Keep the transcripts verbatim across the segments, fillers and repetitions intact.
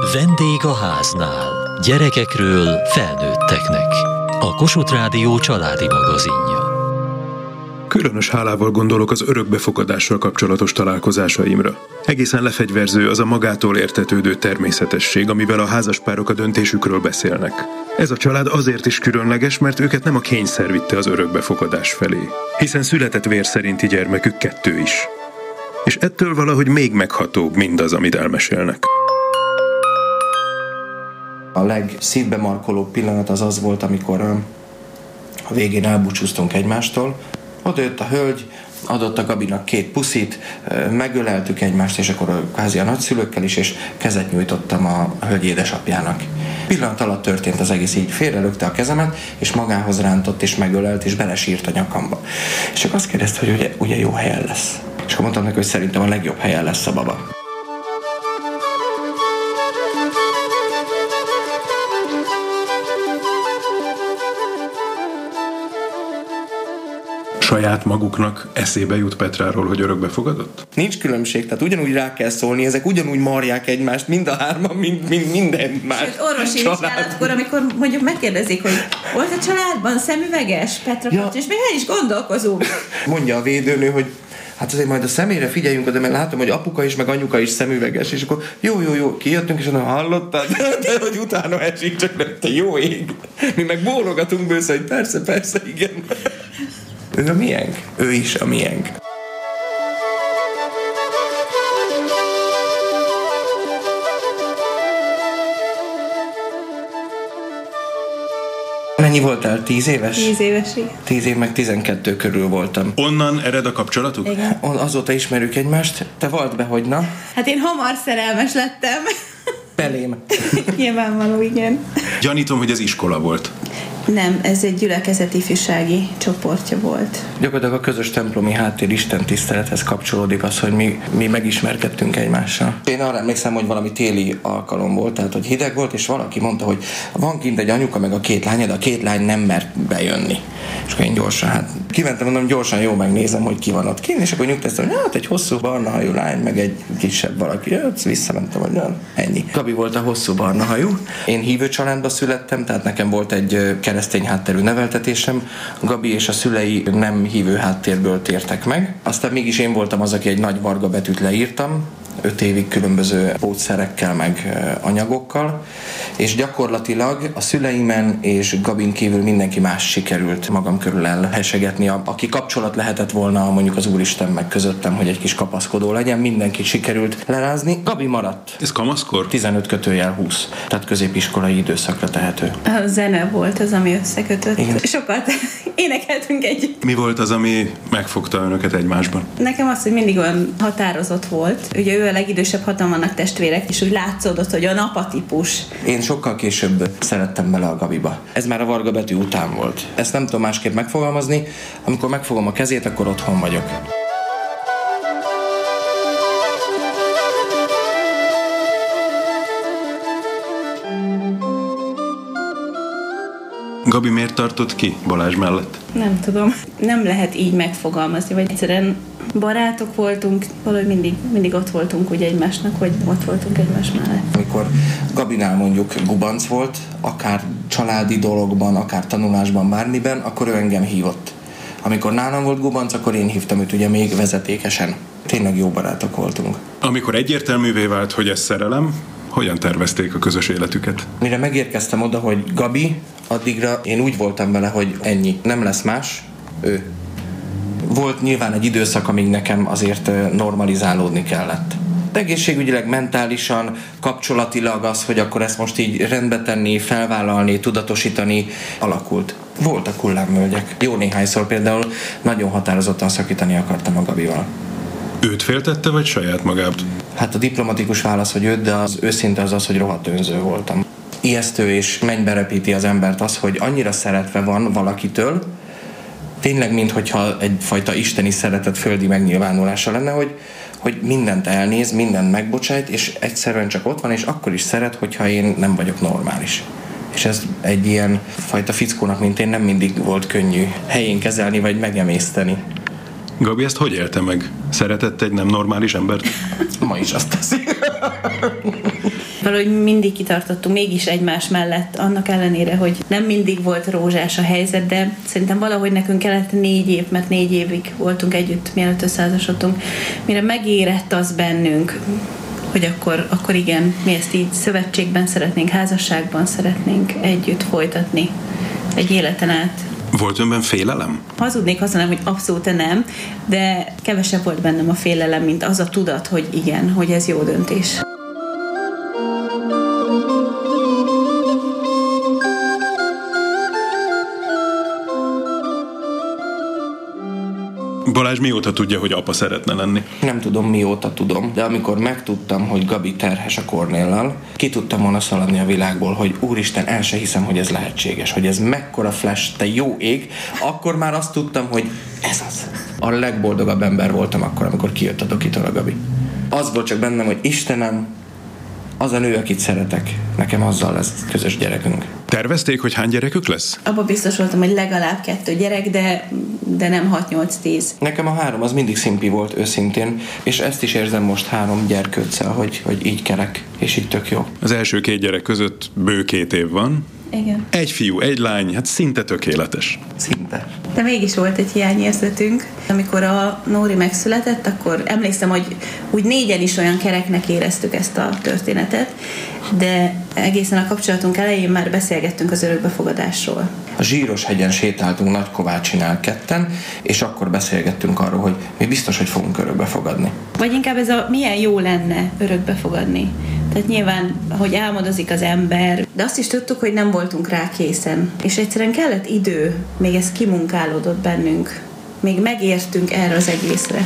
Vendég a háznál. Gyerekekről felnőtteknek. A Kossuth Rádió családi magazinja. Különös hálával gondolok az örökbefogadással kapcsolatos találkozásaimra. Egészen lefegyverző az a magától értetődő természetesség, amivel a házaspárok a döntésükről beszélnek. Ez a család azért is különleges, mert őket nem a kényszer vitte az örökbefogadás felé, hiszen született vér szerinti gyermekük kettő is. És ettől valahogy még meghatóbb mindaz, amit elmesélnek. A legszívbe markolóbb pillanat az az volt, amikor a végén elbúcsúztunk egymástól. Oda jött a hölgy, adott a Gabinak két puszit, megöleltük egymást, és akkor kvázi a nagyszülőkkel is, és kezet nyújtottam a hölgy édesapjának. Pillanat alatt történt az egész, így félrelökte a kezemet, és magához rántott, és megölelt, és belesírt a nyakamba. És csak azt kérdezte, hogy ugye, ugye jó helyen lesz. És akkor mondtam neki, hogy szerintem a legjobb helyen lesz a baba. Saját maguknak eszébe jut Petráról, hogy örökbefogadott? Nincs különbség, tehát ugyanúgy rá kell szólni, ezek ugyanúgy marják egymást, mind a hárman, mind, mind minden más. Sőt, orvosi vizsgálatkor, amikor mondjuk megkérdezik, hogy volt a családban szemüveges Petra, ja. És még el is gondolkozunk. Mondja a védőnő, hogy hát azért majd a személyre figyeljünk oda, mert látom, hogy apuka is, meg anyuka is szemüveges, és akkor jó, jó, jó, kijöttünk, és onnan hallottad, de hogy utána esik, csak nem, te jó ég. Mi meg bólogatunk bősze, hogy persze, persze, igen. Ő a miénk. Ő is a miénk. Mennyi voltál? Tíz éves? Tíz éves, igen. Tíz év meg tizenkettő körül voltam. Onnan ered a kapcsolatuk? Igen. Azóta ismerjük egymást. Te vald be, hogy na? Hát én hamar szerelmes lettem. Belém. Nyilvánvaló, igen. Gyanítom, hogy ez iskola volt. Nem, ez egy gyülekezeti ifjúsági csoportja volt. Gyakorlatilag a közös templomi háttér Isten tisztelethez kapcsolódik az, hogy mi, mi megismerkedtünk egymással. Én arra emlékszem, hogy valami téli alkalom volt, tehát hogy hideg volt, és valaki mondta, hogy van kint egy anyuka meg a két lánya, de a két lány nem mert bejönni. És akkor én gyorsan, hát kimentem, mondom, gyorsan jó megnézem, hogy ki van ott kint, és akkor nyugtáztam, hogy hát egy hosszú barna hajú lány, meg egy kisebb valaki. Jössz, visszamentem, hogy nem, ennyi. Gabi volt a hosszú barna hajú. Én hívő családba születtem, tehát nekem volt egy keresztény hátterű neveltetésem. Gabi és a szülei nem hívő háttérből tértek meg. Aztán mégis én voltam az, aki egy nagy varga betűt leírtam, öt évig különböző pótszerekkel, meg anyagokkal, és gyakorlatilag a szüleimen és Gabin kívül mindenki más sikerült magam körül elhesegetni, aki kapcsolat lehetett volna mondjuk az Úristen meg közöttem, hogy egy kis kapaszkodó legyen, mindenki sikerült lerázni. Gabi maradt. Ez kamaszkor? tizenöt kötőjel húsz, tehát középiskolai időszakra tehető. A zene volt az, ami összekötött. Igen. Sokat énekeltünk együtt. Mi volt az, ami megfogta önöket egymásban? Nekem az, hogy mindig olyan határozott volt. Ugye ő a legidősebb, hatan vannak testvérek, és úgy látszódott, hogy a napatípus. Én sokkal később szerettem bele a Gabiba. Ez már a varga betű után volt. Ezt nem tudom másképp megfogalmazni. Amikor megfogom a kezét, akkor otthon vagyok. Gabi miért tartott ki Balázs mellett? Nem tudom. Nem lehet így megfogalmazni, vagy egyszerűen barátok voltunk, valahogy mindig, mindig ott voltunk ugye egymásnak, hogy ott voltunk egymás mellett. Amikor Gabinál mondjuk gubanc volt, akár családi dologban, akár tanulásban, bármiben, akkor ő engem hívott. Amikor nálam volt gubanc, akkor én hívtam őt ugye még vezetékesen. Tényleg jó barátok voltunk. Amikor egyértelművé vált, hogy ez szerelem, hogyan tervezték a közös életüket? Mire megérkeztem oda, hogy Gabi, addigra én úgy voltam vele, hogy ennyi. Nem lesz más, ő. Volt nyilván egy időszak, amíg nekem azért normalizálódni kellett. Egészségügyileg, mentálisan, kapcsolatilag az, hogy akkor ezt most így rendbe tenni, felvállalni, tudatosítani, alakult. Voltak hullámvölgyek. Jó néhányszor például nagyon határozottan szakítani akartam a Gabival. Őt féltette, vagy saját magát? Hát a diplomatikus válasz, hogy őt, de az őszinte az az, hogy rohadt önző voltam. Ijesztő és mennybe repíti az embert az, hogy annyira szeretve van valakitől, tényleg, minthogyha egyfajta isteni szeretet földi megnyilvánulása lenne, hogy, hogy mindent elnéz, mindent megbocsájt, és egyszerűen csak ott van, és akkor is szeret, hogyha én nem vagyok normális. És ez egy ilyen fajta fickónak, mint én, nem mindig volt könnyű helyén kezelni, vagy megemészteni. Gabi ezt hogy élte meg? Szeretett egy nem normális embert? Ma is azt teszi. valahogy mindig kitartottunk mégis egymás mellett, annak ellenére, hogy nem mindig volt rózsás a helyzet, de szerintem valahogy nekünk kellett négy év, mert négy évig voltunk együtt, mielőtt összeházasodtunk, mire megérett az bennünk, hogy akkor, akkor igen, mi ezt így szövetségben szeretnénk, házasságban szeretnénk együtt folytatni egy életen át. Volt önben félelem? Hazudnék, azt mondanám, hogy abszolút nem, de kevesebb volt bennem a félelem, mint az a tudat, hogy igen, hogy ez jó döntés. Balázs mióta tudja, hogy apa szeretne lenni? Nem tudom, mióta tudom, de amikor megtudtam, hogy Gabi terhes a Kornéllal, ki tudtam volna szaladni a világból, hogy úristen, el se hiszem, hogy ez lehetséges, hogy ez mekkora flash, te jó ég, akkor már azt tudtam, hogy ez az. A legboldogabb ember voltam akkor, amikor kijött a dokitól a Gabi. Az volt csak bennem, hogy Istenem, az a nő, akit szeretek, nekem azzal lesz közös gyerekünk. Tervezték, hogy hány gyerekük lesz? Abba biztos voltam, hogy legalább kettő gyerek, de, de nem hat nyolc tíz. Nekem a három az mindig szimpi volt őszintén, és ezt is érzem most három gyerkőccel, hogy, hogy így kerek, és így tök jó. Az első két gyerek között bő két év van. Igen. Egy fiú, egy lány, hát szinte tökéletes. Szinte. De mégis volt egy hiányérzetünk. Amikor a Nóri megszületett, akkor emlékszem, hogy úgy négyen is olyan kereknek éreztük ezt a történetet, de egészen a kapcsolatunk elején már beszélgettünk az örökbefogadásról. A Zsíroshegyen sétáltunk Nagykovácsinál ketten, és akkor beszélgettünk arról, hogy mi biztos, hogy fogunk örökbefogadni. Vagy inkább ez a milyen jó lenne örökbefogadni. Tehát nyilván, hogy álmodozik az ember, de azt is tudtuk, hogy nem voltunk rá készen. És egyszerűen kellett idő, még ez kimunkálódott bennünk. Még megértünk erre az egészre.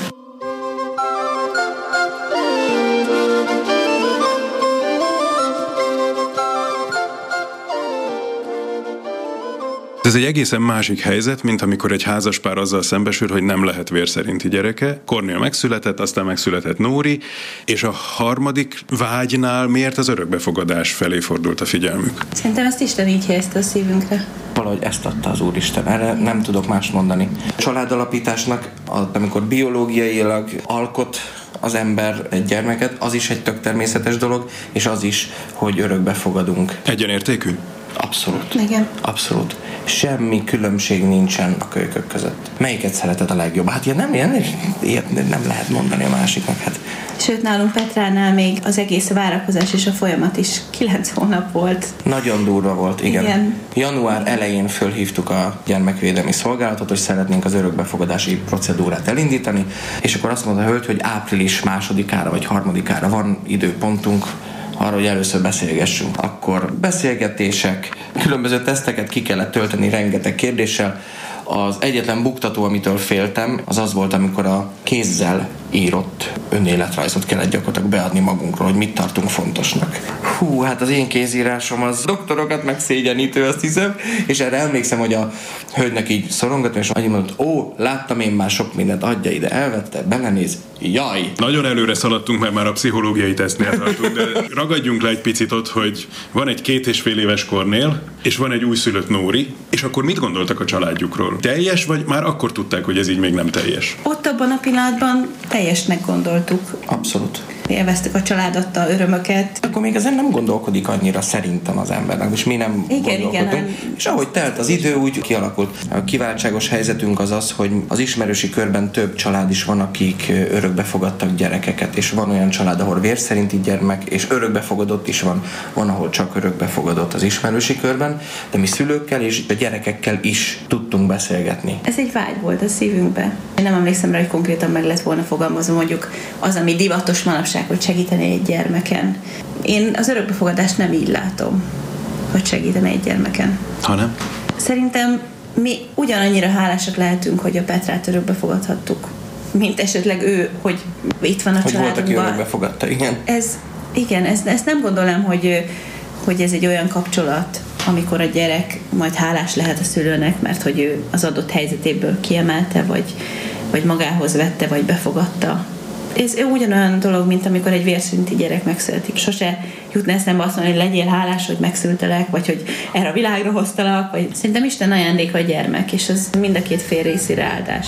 Ez egy egészen másik helyzet, mint amikor egy házaspár azzal szembesül, hogy nem lehet vér szerinti gyereke. Kornél megszületett, aztán megszületett Nóri, és a harmadik vágynál miért az örökbefogadás felé fordult a figyelmük? Szerintem ezt Isten így helyezte a szívünkre. Valahogy ezt adta az Úristen, erre nem tudok mást mondani. A családalapításnak, amikor biológiailag alkot az ember egy gyermeket, az is egy tök természetes dolog, és az is, hogy örökbefogadunk. Egyenértékű? Abszolút. Igen. Abszolút. Semmi különbség nincsen a kölykök között. Melyiket szereted a legjobb? Hát ilyen nem, ilyen, ilyen nem lehet mondani a másiknak. Hát. Sőt, nálunk Petránál még az egész várakozás és a folyamat is kilenc hónap volt. Nagyon durva volt, igen. igen. Január elején fölhívtuk a gyermekvédelmi szolgálatot, hogy szeretnénk az örökbefogadási procedúrát elindítani, és akkor azt mondta a hölgy, hogy április másodikára vagy harmadikára van időpontunk arra, hogy először beszélgessünk. Akkor beszélgetések, különböző teszteket ki kellett tölteni rengeteg kérdéssel. Az egyetlen buktató, amitől féltem, az az volt, amikor a kézzel írott önéletrajzot kellett gyakorlatilag beadni magunkról, hogy mit tartunk fontosnak. Hú, hát az én kézírásom az doktorokat megszégyenítő, azt hiszem, és erre emlékszem, hogy a hölgynek így szorongatom, és annyi mondott, ó, láttam én már sok mindent, adja ide, elvette, belenéz, jaj! Nagyon előre szaladtunk, mert már a pszichológiai tesztnél tartunk, de ragadjunk le egy picit ott, hogy van egy két és fél éves Kornél, és van egy újszülött Nóri, és akkor mit gondoltak a családjukról? Teljes, vagy már akkor tudták, hogy ez így még nem teljes? Ott abban a pillanatban teljesnek gondoltuk. Abszolút. Élveztük a család adta örömöket. Akkor még ezen nem gondolkodik annyira szerintem az embernek, és mi nem igen, gondolkodunk. Igen, és ahogy telt az idő, úgy kialakult. A kiváltságos helyzetünk az az, hogy az ismerősi körben több család is van, akik örökbefogadtak gyerekeket, és van olyan család, ahol vér szerinti gyermek, és örökbefogadott is van, van, ahol csak örökbefogadott az ismerősi körben, de mi szülőkkel és a gyerekekkel is tudtunk beszélgetni. Ez egy vágy volt a szívünkbe. Én nem emlékszem rá, hogy konkrétan meg lett volna fogalmazva, mondjuk az, ami divatos manapság, hogy segíteni egy gyermeken. Én az örökbefogadást nem így látom, hogy segíteni egy gyermeken. Hanem? Szerintem mi ugyanannyira hálásak lehetünk, hogy a Petrát örökbefogadhattuk, mint esetleg ő, hogy itt van a hogy családunkban. Hogy volt, aki örökbefogadta, igen. Ez, igen, ezt, ezt nem gondolom, hogy, hogy ez egy olyan kapcsolat, amikor a gyerek majd hálás lehet a szülőnek, mert hogy ő az adott helyzetéből kiemelte, vagy, vagy magához vette, vagy befogadta. Ez ugyanolyan dolog, mint amikor egy vérszerinti gyerek megszületik. Sose jutna eszembe azt mondani, hogy legyél hálás, hogy megszültelek, vagy hogy erre a világra hoztalak, vagy szerintem Isten ajándéka a gyermek, és az mind a két fél részére áldás.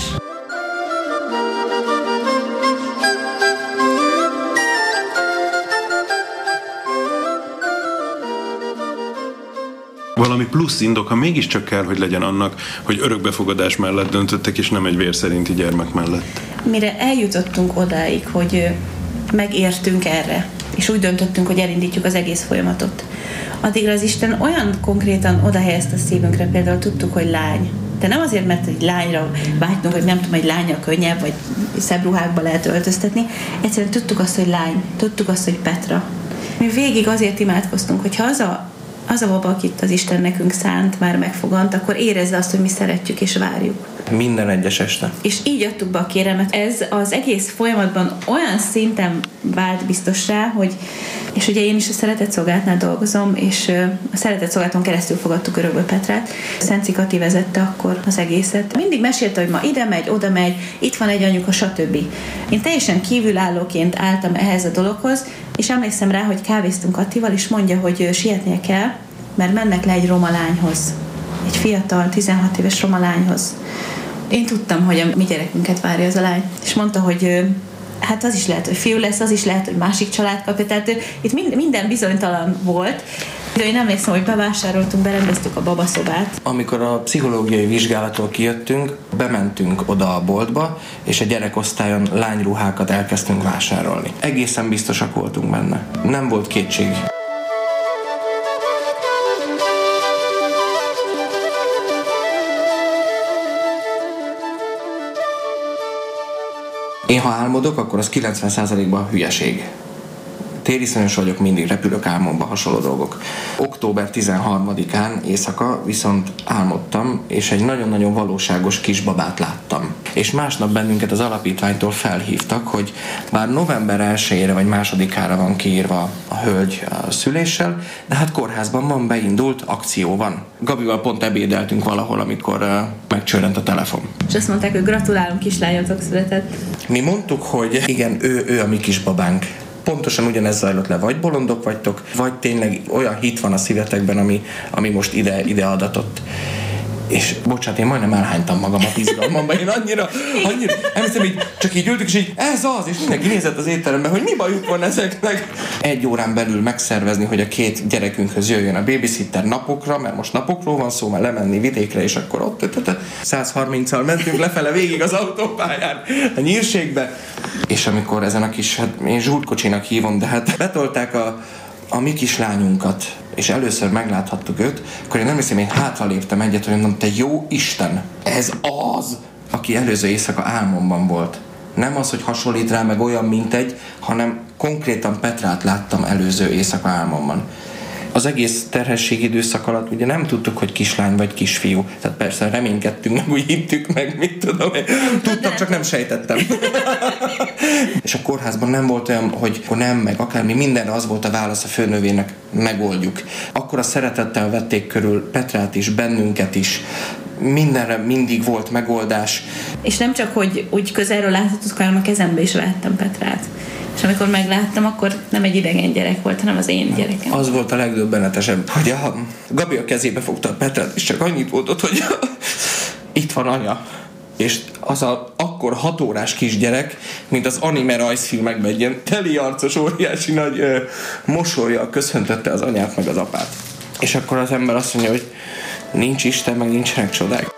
Valami plusz indok, ha mégiscsak kell, hogy legyen annak, hogy örökbefogadás mellett döntöttek, és nem egy vér szerinti gyermek mellett. Mire eljutottunk odáig, hogy megértünk erre, és úgy döntöttünk, hogy elindítjuk az egész folyamatot, addigra az Isten olyan konkrétan odahelyezte a szívünkre, például tudtuk, hogy lány. De nem azért, mert egy lányra vágytunk, hogy nem tudom, egy lánya könnyebb, vagy szebb ruhákba lehet öltöztetni. Egyszerűen tudtuk azt, hogy lány. Tudtuk azt, hogy Petra. Mi végig azért imádkoztunk, hogyha az a, az a baba, akit az Isten nekünk szánt, már megfogant, akkor érezze azt, hogy mi szeretjük és várjuk. Minden egyes este. És így adtuk be a kérelmet. Ez az egész folyamatban olyan szinten vált biztossá, hogy, és ugye én is a Szeretett Szolgálatnál dolgozom, és a Szeretett Szolgálaton keresztül fogadtuk örökbe Petrát. Szenci Kati vezette akkor az egészet. Mindig mesélte, hogy ma ide megy, oda megy, itt van egy anyuka, stb. Én teljesen kívülállóként álltam ehhez a dologhoz, és emlékszem rá, hogy kávéztunk Katival, és mondja, hogy sietnie kell, mert mennek le egy roma lányhoz. Egy fiatal, tizenhat éves roma lányhoz. Én tudtam, hogy a mi gyerekünket várja az a lány. És mondta, hogy hát az is lehet, hogy fiú lesz, az is lehet, hogy másik család kapja. Tehát itt minden bizonytalan volt. Én emlékszem, hogy bevásároltunk, berendeztük a babaszobát. Amikor a pszichológiai vizsgálattól kijöttünk, bementünk oda a boltba, és a gyerekosztályon lányruhákat elkezdtünk vásárolni. Egészen biztosak voltunk benne. Nem volt kétség. Én ha álmodok, akkor az kilencven százalékban hülyeség. Tériszonyos vagyok, mindig repülök álmomba, hasonló dolgok. október tizenharmadikán éjszaka viszont álmodtam, és egy nagyon-nagyon valóságos kisbabát láttam. És másnap bennünket az alapítványtól felhívtak, hogy bár november elsejére vagy másodikára van kiírva a hölgy a szüléssel, de hát kórházban van, beindult, akció van. Gabival pont ebédeltünk valahol, amikor uh, megcsörrent a telefon. És azt mondták, hogy gratulálunk, kislányotok született. Mi mondtuk, hogy igen, ő, ő a mi kisbabánk. Pontosan ugyanez zajlott le, vagy bolondok vagytok, vagy tényleg olyan hit van a szívetekben, ami, ami most ide, ide adatott. És bocsánat, én majdnem elhánytam magam a izgalmamban, én annyira, annyira, emlékszem, így, csak így ültük, és így ez az, és mindenki nézett az étteremben, hogy mi bajuk van ezeknek. Egy órán belül megszervezni, hogy a két gyerekünkhöz jöjjön a babysitter napokra, mert most napokról van szó, már lemenni vidékre, és akkor ott száz harminccal mentünk lefele végig az autópályán, a nyírségbe. És amikor ezen a kis, hát én zsúrkocsinak hívom, de hát betolták a, a mi kislányunkat, és először megláthattuk őt, akkor én nem hiszem, én hátraléptem egyet, hogy mondom, te jó Isten, ez az, aki előző éjszaka álmomban volt. Nem az, hogy hasonlít rá, meg olyan, mint egy, hanem konkrétan Petrát láttam előző éjszaka álmomban. Az egész terhesség időszak alatt ugye nem tudtuk, hogy kislány vagy kisfiú. Tehát persze reménykedtünk, meg úgy hittük, meg mit tudom én. Tudtam, csak nem sejtettem. És a kórházban nem volt olyan, hogy nem, meg akármi, mindenre az volt a válasz a főnövének, megoldjuk. Akkor a szeretettel vették körül Petrát is, bennünket is. Mindenre mindig volt megoldás. És nem csak, hogy úgy közelről láthatott, hanem a kezembe is vettem Petrát. És amikor megláttam, akkor nem egy idegen gyerek volt, hanem az én gyerekem. Az volt a legdöbbenetesebb, hogy a Gabi a kezébe fogta a Petrát, és csak annyit volt ott, hogy itt van anya. És az a akkor hat órás kisgyerek, mint az anime rajzfilmekben, egy ilyen teli arcos, óriási nagy ö, mosollyal köszöntötte az anyát meg az apát. És akkor az ember azt mondja, hogy nincs Isten, meg nincsenek csodák.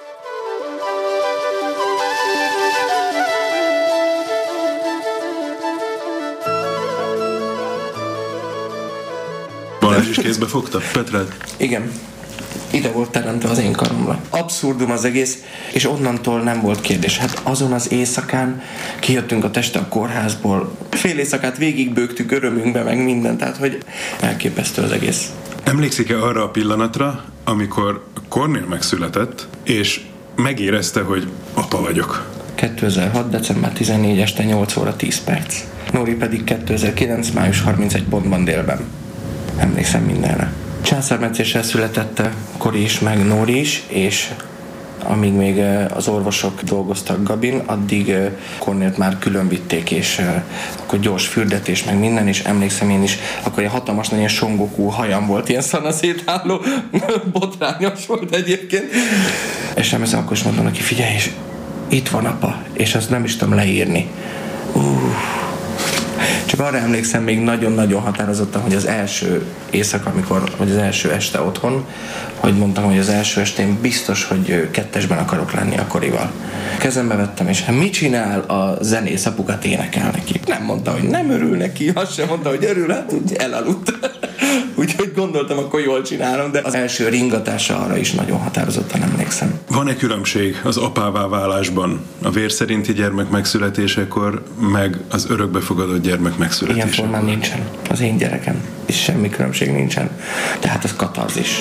Balázs is kézbe fogta Petrát? Igen. Ide volt teremtve az én karomra. Abszurdum az egész, és onnantól nem volt kérdés. Hát azon az éjszakán kijöttünk a teste a kórházból, fél éjszakát végigbőgtük örömünkbe, meg minden, tehát hogy elképesztő az egész. Emlékszik-e arra a pillanatra, amikor Kornél megszületett, és megérezte, hogy apa vagyok? kétezer-hat. december tizennégyedike este nyolc óra tíz perc. Nóri pedig kétezer-kilenc. május harmincegyedike pontban délben. Emlékszem mindenre. Császármetszéssel született Kori is, meg Nóri is, és amíg még az orvosok dolgoztak Gabin, addig Kornélt már külön vitték, és akkor gyors fürdetés, meg minden, és emlékszem én is, akkor egy hatalmas nagy ilyen Son Goku hajam volt, ilyen szanaszétálló, botrányos volt egyébként. És emlékszem, akkor is mondom neki, figyelj, és itt van apa, és azt nem is tudom leírni. Uh. Csak arra emlékszem még nagyon-nagyon határozottan, hogy az első éjszaka, amikor, vagy az első este otthon, hogy mondtam, hogy az első estén biztos, hogy kettesben akarok lenni a Korival. Kezembe vettem, és hát mit csinál a zenész apukát, énekel neki. Nem mondta, hogy nem örül neki, azt sem mondta, hogy örül, hát úgy elaludt. Úgyhogy gondoltam, akkor jól csinálom, de az első ringatása arra is nagyon határozottan emlékszem. Van-e különbség az apává válásban, a vér szerinti gyermek megszületésekor, meg az örökbefogadott gyermek megszületésekor? Ilyen formán nincsen. Az én gyerekem. És semmi különbség nincsen. Tehát az katarzis.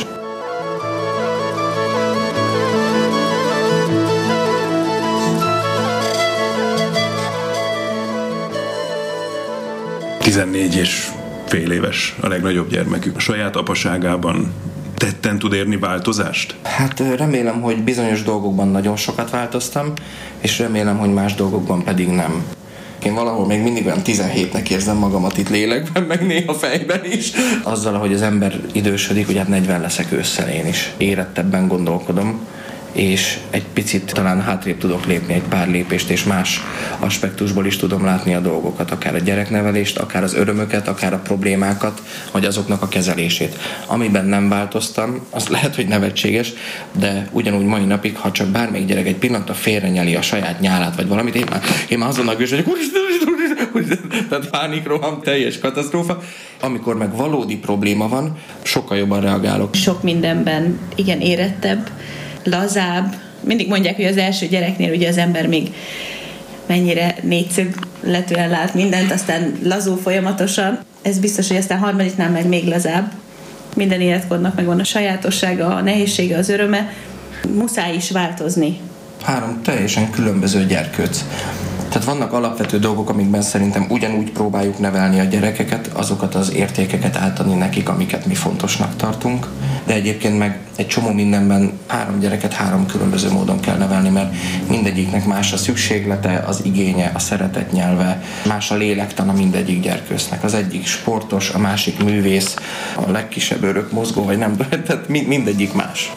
tizennégy és fél éves a legnagyobb gyermekük. A saját apaságában tetten tud érni változást? Hát remélem, hogy bizonyos dolgokban nagyon sokat változtam, és remélem, hogy más dolgokban pedig nem. Én valahol még mindig olyan tizenhétnek érzem magamat itt lélekben, meg néha fejben is. Azzal, ahogy az ember idősödik, hogy hát negyven leszek ősszel én is. Érettebben gondolkodom, és egy picit talán hátrébb tudok lépni egy pár lépést, és más aspektusból is tudom látni a dolgokat, akár a gyereknevelést, akár az örömöket, akár a problémákat, vagy azoknak a kezelését. Amiben nem változtam, az lehet, hogy nevetséges, de ugyanúgy mai napig, ha csak bármelyik gyerek egy pillanatra félrenyeli a saját nyálát, vagy valamit, én már, én már azonnal gős vagyok, tehát pánikroham, teljes katasztrófa. Amikor meg valódi probléma van, sokkal jobban reagálok. Sok mindenben igen érettebb, lazább. Mindig mondják, hogy az első gyereknél ugye az ember még mennyire négyszögletűen lát mindent, aztán lazul folyamatosan. Ez biztos, hogy aztán harmadiknál meg még lazább. Minden életkornak megvan a sajátossága, a nehézsége, az öröme. Muszáj is változni. Három teljesen különböző gyerkőc. Tehát vannak alapvető dolgok, amikben szerintem ugyanúgy próbáljuk nevelni a gyerekeket, azokat az értékeket átadni nekik, amiket mi fontosnak tartunk, de egyébként meg egy csomó mindenben három gyereket három különböző módon kell nevelni, mert mindegyiknek más a szükséglete, az igénye, a szeretet nyelve, más a lélektana mindegyik gyerkőcnek. Az egyik sportos, a másik művész, a legkisebb örökmozgó, vagy nem, tehát mindegyik más.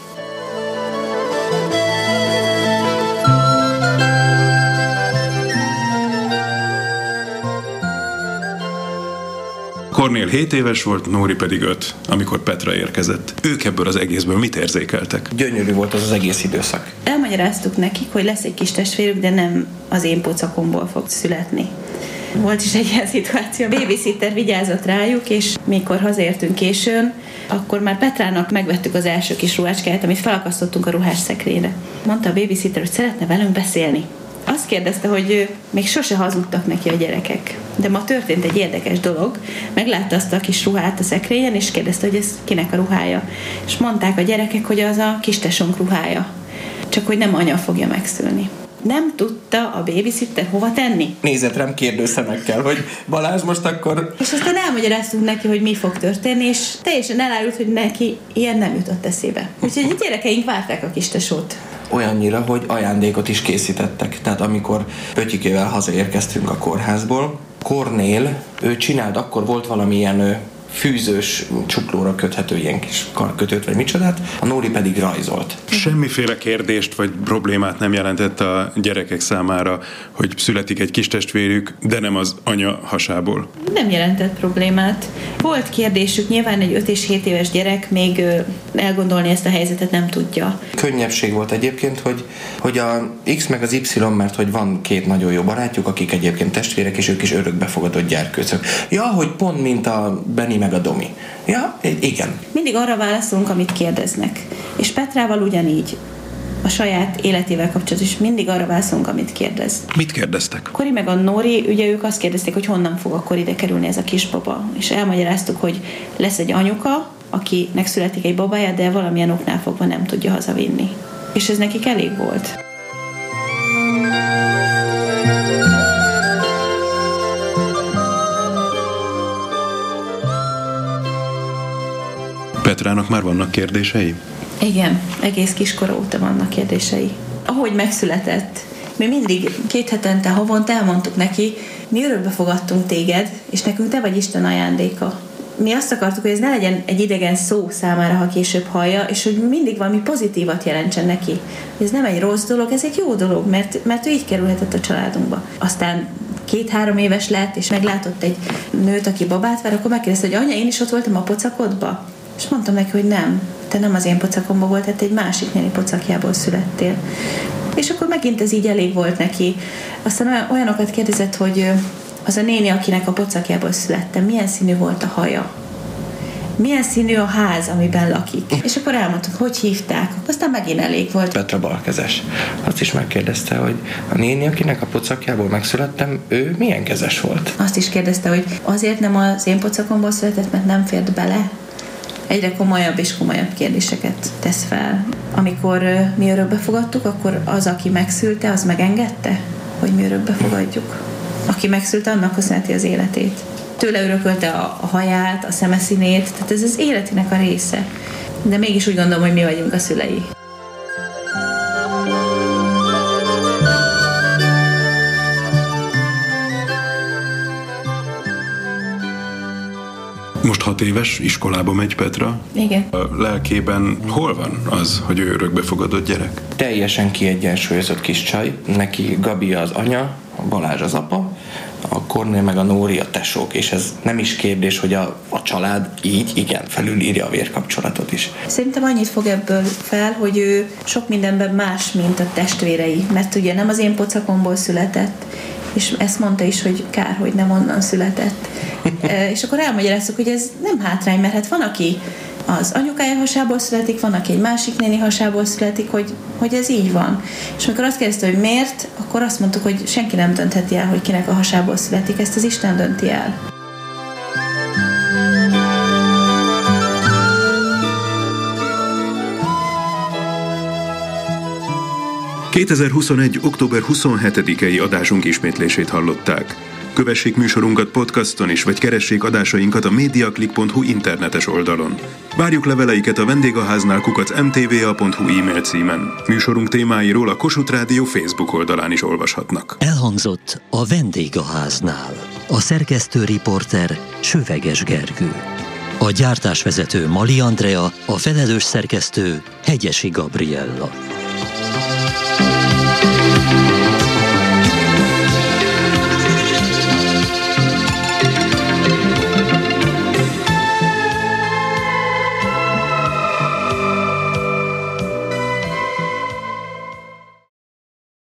Kornél hét éves volt, Nóri pedig öt, amikor Petra érkezett. Ők ebből az egészből mit érzékeltek? Gyönyörű volt az az egész időszak. Elmagyaráztuk nekik, hogy lesz egy kis testvérük, de nem az én pocakomból fog születni. Volt is egy ilyen szituáció. A babysitter vigyázott rájuk, és mikor hazaértünk későn, akkor már Petrának megvettük az első kis ruhácskáját, amit felakasztottunk a ruhásszekrényre. Mondta a babysitter, hogy szeretne velünk beszélni. Azt kérdezte, hogy még sose hazudtak neki a gyerekek. De ma történt egy érdekes dolog. Meglátta azt a kis ruhát a szekrényen, és kérdezte, hogy ez kinek a ruhája. És mondták a gyerekek, hogy az a kistesónk ruhája. Csak hogy nem anya fogja megszülni. Nem tudta a babysitter hova tenni. Nézett rám kérdő szemekkel, hogy Balázs most akkor... És aztán elmagyaráztunk neki, hogy mi fog történni, és teljesen elárult, hogy neki ilyen nem jutott eszébe. Úgyhogy a gyerekeink várták a kistesót. Olyannyira, hogy ajándékot is készítettek. Tehát amikor Pötyikével hazaérkeztünk a kórházból, Kornél, ő csinált, akkor volt valamilyen fűzős, csuklóra köthető ilyen kis karkötőt, vagy micsodát, a Nóri pedig rajzolt. Semmiféle kérdést vagy problémát nem jelentett a gyerekek számára, hogy születik egy kis testvérük, de nem az anya hasából. Nem jelentett problémát. Volt kérdésük, nyilván egy öt és hét éves gyerek még elgondolni ezt a helyzetet nem tudja. Könnyebbség volt egyébként, hogy, hogy a X meg az Y, mert hogy van két nagyon jó barátjuk, akik egyébként testvérek, és ők is örökbefogadott gyerkőcök. Ja, hogy pont mint a Benni meg a Domi. Ja, igen. Mindig arra válaszolunk, amit kérdeznek. És Petrával ugyanígy. A saját életével kapcsolatban is mindig arra válaszolunk, amit kérdez. Mit kérdeztek? Kori meg a Nóri, ugye ők azt kérdezték, hogy honnan fog akkor ide kerülni ez a kisbaba. És elmagyaráztuk, hogy lesz egy anyuka, akinek születik egy babája, de valamilyen oknál fogva nem tudja hazavinni. És ez nekik elég volt. Petrának már vannak kérdései? Igen, egész kiskora óta vannak kérdései. Ahogy megszületett, mi mindig két hetente, havonta elmondtuk neki, mi örökbe fogadtunk téged, és nekünk te vagy Isten ajándéka. Mi azt akartuk, hogy ez ne legyen egy idegen szó számára, ha később hallja, és hogy mindig valami pozitívat jelentsen neki. Ez nem egy rossz dolog, ez egy jó dolog, mert, mert ő így kerülhetett a családunkba. Aztán két-három éves lett, és meglátott egy nőt, aki babát vár, akkor megkérdezte, hogy anya, én is ott voltam a pocakodba? És mondtam neki, hogy nem, te nem az én pocakomba voltál, te egy másik néni pocakjából születtél. És akkor megint ez így elég volt neki. Aztán olyanokat kérdezett, hogy az a néni, akinek a pocakjából születtem, milyen színű volt a haja? Milyen színű a ház, amiben lakik? És akkor elmondtuk, hogy hívták. Aztán megint elég volt. Petra balkezes. Azt is megkérdezte, hogy a néni, akinek a pocakjából megszülettem, ő milyen kezes volt? Azt is kérdezte, hogy azért nem az én pocakomból született, mert nem fért bele. Egyre komolyabb és komolyabb kérdéseket tesz fel. Amikor mi örökbe fogadtuk, akkor az, aki megszülte, az megengedte, hogy mi örökbe fogadjuk. Aki megszülte, annak köszönheti az életét. Tőle örökölte a, a haját, a szemeszínét, tehát ez az életének a része. De mégis úgy gondolom, hogy mi vagyunk a szülei. Most hat éves, iskolába megy Petra. Igen. A lelkében hol van az, hogy ő örökbefogadott gyerek? Teljesen kiegyensúlyozott kis csaj. Neki Gabi az anya, Balázs az apa, a Kornél meg a Nóri a tesók, és ez nem is kérdés, hogy a, a család így, igen, felülírja a vérkapcsolatot is. Szerintem annyit fog ebből fel, hogy ő sok mindenben más, mint a testvérei, mert ugye nem az én pocakomból született, és ezt mondta is, hogy kár, hogy nem onnan született. e, és akkor elmagyaráztuk, hogy ez nem hátrány, mert hát van, aki az anyukája hasából születik, van, aki egy másik néni hasából születik, hogy, hogy ez így van. És amikor azt kérdezte, hogy miért, akkor azt mondtuk, hogy senki nem döntheti el, hogy kinek a hasából születik, ezt az Isten dönti el. kétezer-huszonegy. október huszonhetedikei adásunk ismétlését hallották. Kövessék műsorunkat podcaston is, vagy keressék adásainkat a mediaclick pont hu internetes oldalon. Várjuk leveleiket a vendégháznál kukac em té vé á pont hu e-mail címen. Műsorunk témáiról a Kossuth Rádió Facebook oldalán is olvashatnak. Elhangzott a vendégháznál. A szerkesztő riporter Sőveges Gergő. A gyártásvezető Mali Andrea, a felelős szerkesztő Hegyesi Gabriella.